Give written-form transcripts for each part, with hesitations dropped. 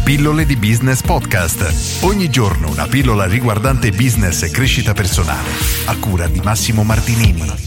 Pillole di Business Podcast. Ogni giorno una pillola riguardante business e crescita personale. A cura di Massimo Martinini.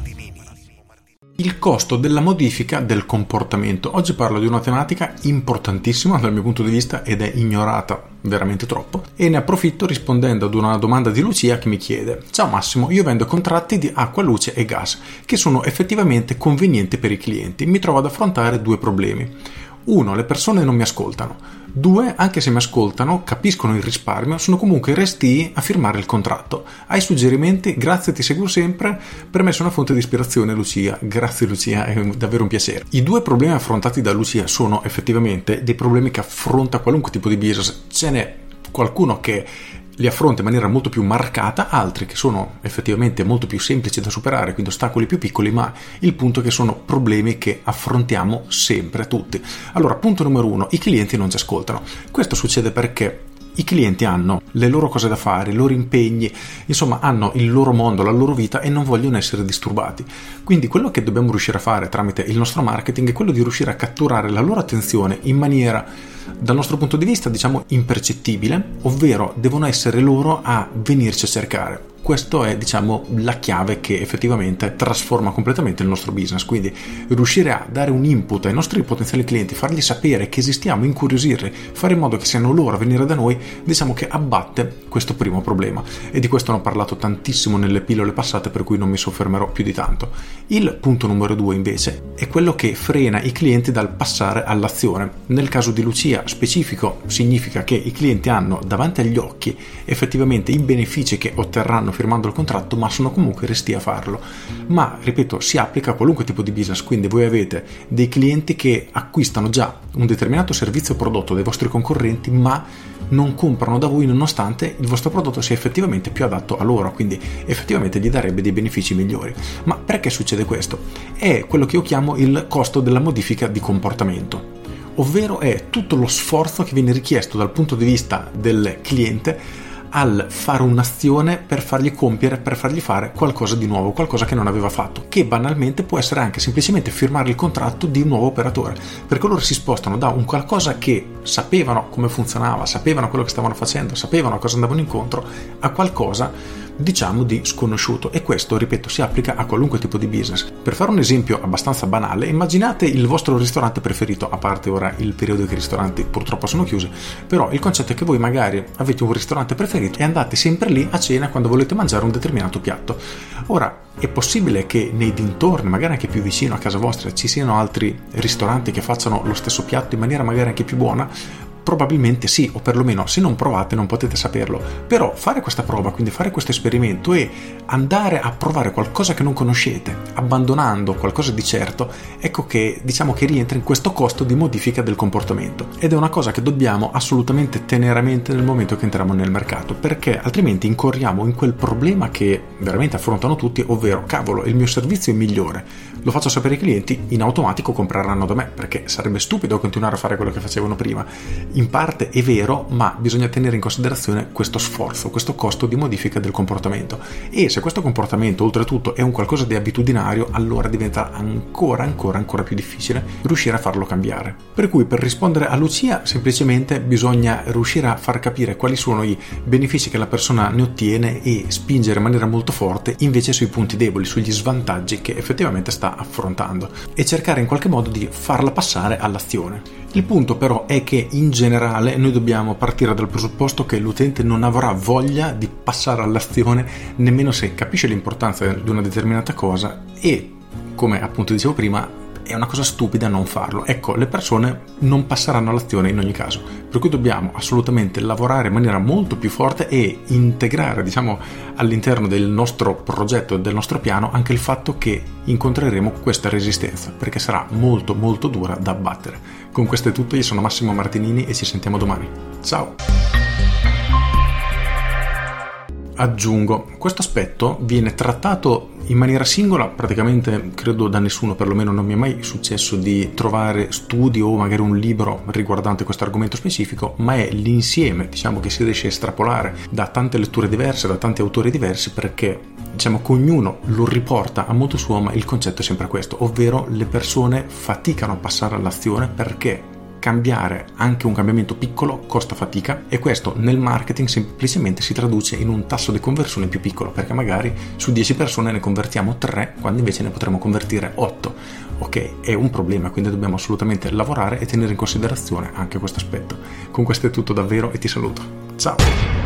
Il costo della modifica del comportamento. Oggi parlo di una tematica importantissima dal mio punto di vista ed è ignorata veramente troppo, e ne approfitto rispondendo ad una domanda di Lucia che mi chiede: ciao Massimo, io vendo contratti di acqua, luce e gas che sono effettivamente convenienti per i clienti. Mi trovo ad affrontare due problemi. 1. Le persone non mi ascoltano. 2. Anche se mi ascoltano, capiscono il risparmio, sono comunque restii a firmare il contratto. Hai suggerimenti? Grazie, ti seguo sempre. Per me sono una fonte di ispirazione, Lucia. Grazie Lucia, è davvero un piacere. I due problemi affrontati da Lucia sono effettivamente dei problemi che affronta qualunque tipo di business. Ce n'è qualcuno che li affronta in maniera molto più marcata, altri che sono effettivamente molto più semplici da superare, quindi ostacoli più piccoli, ma il punto è che sono problemi che affrontiamo sempre tutti. Allora, punto numero 1, i clienti non ci ascoltano. Questo succede perché i clienti hanno le loro cose da fare, i loro impegni, insomma hanno il loro mondo, la loro vita e non vogliono essere disturbati. Quindi quello che dobbiamo riuscire a fare tramite il nostro marketing è quello di riuscire a catturare la loro attenzione in maniera, dal nostro punto di vista, diciamo impercettibile, ovvero devono essere loro a venirci a cercare. Questa è, diciamo, la chiave che effettivamente trasforma completamente il nostro business. Quindi riuscire a dare un input ai nostri potenziali clienti, fargli sapere che esistiamo, incuriosirli, fare in modo che siano loro a venire da noi, diciamo che abbatte questo primo problema. E di questo ne ho parlato tantissimo nelle pillole passate, per cui non mi soffermerò più di tanto. Il punto numero 2 invece è quello che frena i clienti dal passare all'azione. Nel caso di Lucia specifico significa che i clienti hanno davanti agli occhi effettivamente i benefici che otterranno firmando il contratto, ma sono comunque restii a farlo. Ma, ripeto, si applica a qualunque tipo di business, quindi voi avete dei clienti che acquistano già un determinato servizio o prodotto dai vostri concorrenti, ma non comprano da voi nonostante il vostro prodotto sia effettivamente più adatto a loro, quindi effettivamente gli darebbe dei benefici migliori. Ma perché succede questo? È quello che io chiamo il costo della modifica di comportamento, ovvero è tutto lo sforzo che viene richiesto dal punto di vista del cliente al fare un'azione per fargli compiere, per fargli fare qualcosa di nuovo, qualcosa che non aveva fatto, che banalmente può essere anche semplicemente firmare il contratto di un nuovo operatore, perché loro si spostano da un qualcosa che sapevano come funzionava, sapevano quello che stavano facendo, sapevano a cosa andavano incontro, a qualcosa diciamo di sconosciuto. E questo, ripeto, si applica a qualunque tipo di business. Per fare un esempio abbastanza banale, immaginate il vostro ristorante preferito, a parte ora il periodo che i ristoranti purtroppo sono chiusi, però il concetto è che voi magari avete un ristorante preferito e andate sempre lì a cena quando volete mangiare un determinato piatto. Ora, è possibile che nei dintorni, magari anche più vicino a casa vostra, ci siano altri ristoranti che facciano lo stesso piatto in maniera magari anche più buona? Probabilmente sì, o perlomeno se non provate non potete saperlo. Però fare questa prova, quindi fare questo esperimento e andare a provare qualcosa che non conoscete, abbandonando qualcosa di certo, ecco che diciamo che rientra in questo costo di modifica del comportamento. Ed è una cosa che dobbiamo assolutamente tenere a mente nel momento che entriamo nel mercato, perché altrimenti incorriamo in quel problema che veramente affrontano tutti, ovvero cavolo, il mio servizio è migliore, lo faccio sapere ai clienti, in automatico compreranno da me, perché sarebbe stupido continuare a fare quello che facevano prima. In parte è vero, ma bisogna tenere in considerazione questo sforzo, questo costo di modifica del comportamento. E se questo comportamento oltretutto è un qualcosa di abitudinario, allora diventa ancora più difficile riuscire a farlo cambiare. Per cui, per rispondere a Lucia, semplicemente bisogna riuscire a far capire quali sono i benefici che la persona ne ottiene e spingere in maniera molto forte invece sui punti deboli, sugli svantaggi che effettivamente sta affrontando, e cercare in qualche modo di farla passare all'azione. Il punto però è che in generale noi dobbiamo partire dal presupposto che l'utente non avrà voglia di passare all'azione nemmeno se capisce l'importanza di una determinata cosa, e come appunto dicevo prima è una cosa stupida non farlo. Ecco, le persone non passeranno all'azione in ogni caso, per cui dobbiamo assolutamente lavorare in maniera molto più forte e integrare, diciamo, all'interno del nostro progetto, del nostro piano, anche il fatto che incontreremo questa resistenza, perché sarà molto dura da abbattere. Con questo è tutto, io sono Massimo Martinini e ci sentiamo domani. Ciao! Aggiungo, questo aspetto viene trattato in maniera singola praticamente credo da nessuno, perlomeno non mi è mai successo di trovare studi o magari un libro riguardante questo argomento specifico, ma è l'insieme, diciamo, che si riesce a estrapolare da tante letture diverse, da tanti autori diversi, perché diciamo che ognuno lo riporta a modo suo, ma il concetto è sempre questo, ovvero le persone faticano a passare all'azione perché cambiare anche un cambiamento piccolo costa fatica, e questo nel marketing semplicemente si traduce in un tasso di conversione più piccolo, perché magari su 10 persone ne convertiamo 3 quando invece ne potremo convertire 8. Ok, è un problema, quindi dobbiamo assolutamente lavorare e tenere in considerazione anche questo aspetto. Con questo è tutto davvero e ti saluto. Ciao!